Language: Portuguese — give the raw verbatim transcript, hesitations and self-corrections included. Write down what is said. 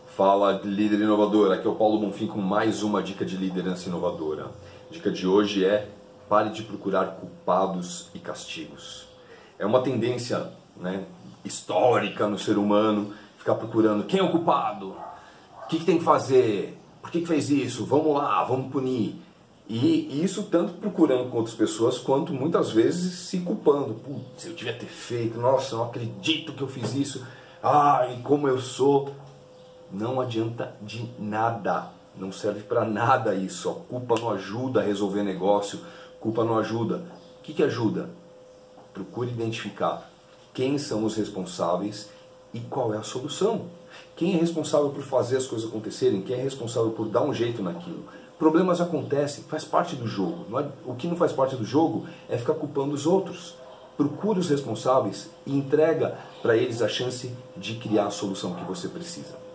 Fala, líder inovador, aqui é o Paulo Bonfim com mais uma dica de liderança inovadora. A dica de hoje é: pare de procurar culpados e castigos. É uma tendência, né, histórica no ser humano ficar procurando quem é o culpado, o que, que tem que fazer, por que, que fez isso, vamos lá, vamos punir. E isso tanto procurando com outras pessoas, quanto muitas vezes se culpando. Putz, eu devia ter feito, nossa, não acredito que eu fiz isso, ai, como eu sou. Não adianta de nada, não serve para nada isso. A culpa não ajuda a resolver negócio, culpa não ajuda. O que, que ajuda? Procure identificar quem são os responsáveis e qual é a solução. Quem é responsável por fazer as coisas acontecerem, quem é responsável por dar um jeito naquilo. Problemas acontecem, faz parte do jogo. O que não faz parte do jogo é ficar culpando os outros. Procure os responsáveis e entrega para eles a chance de criar a solução que você precisa.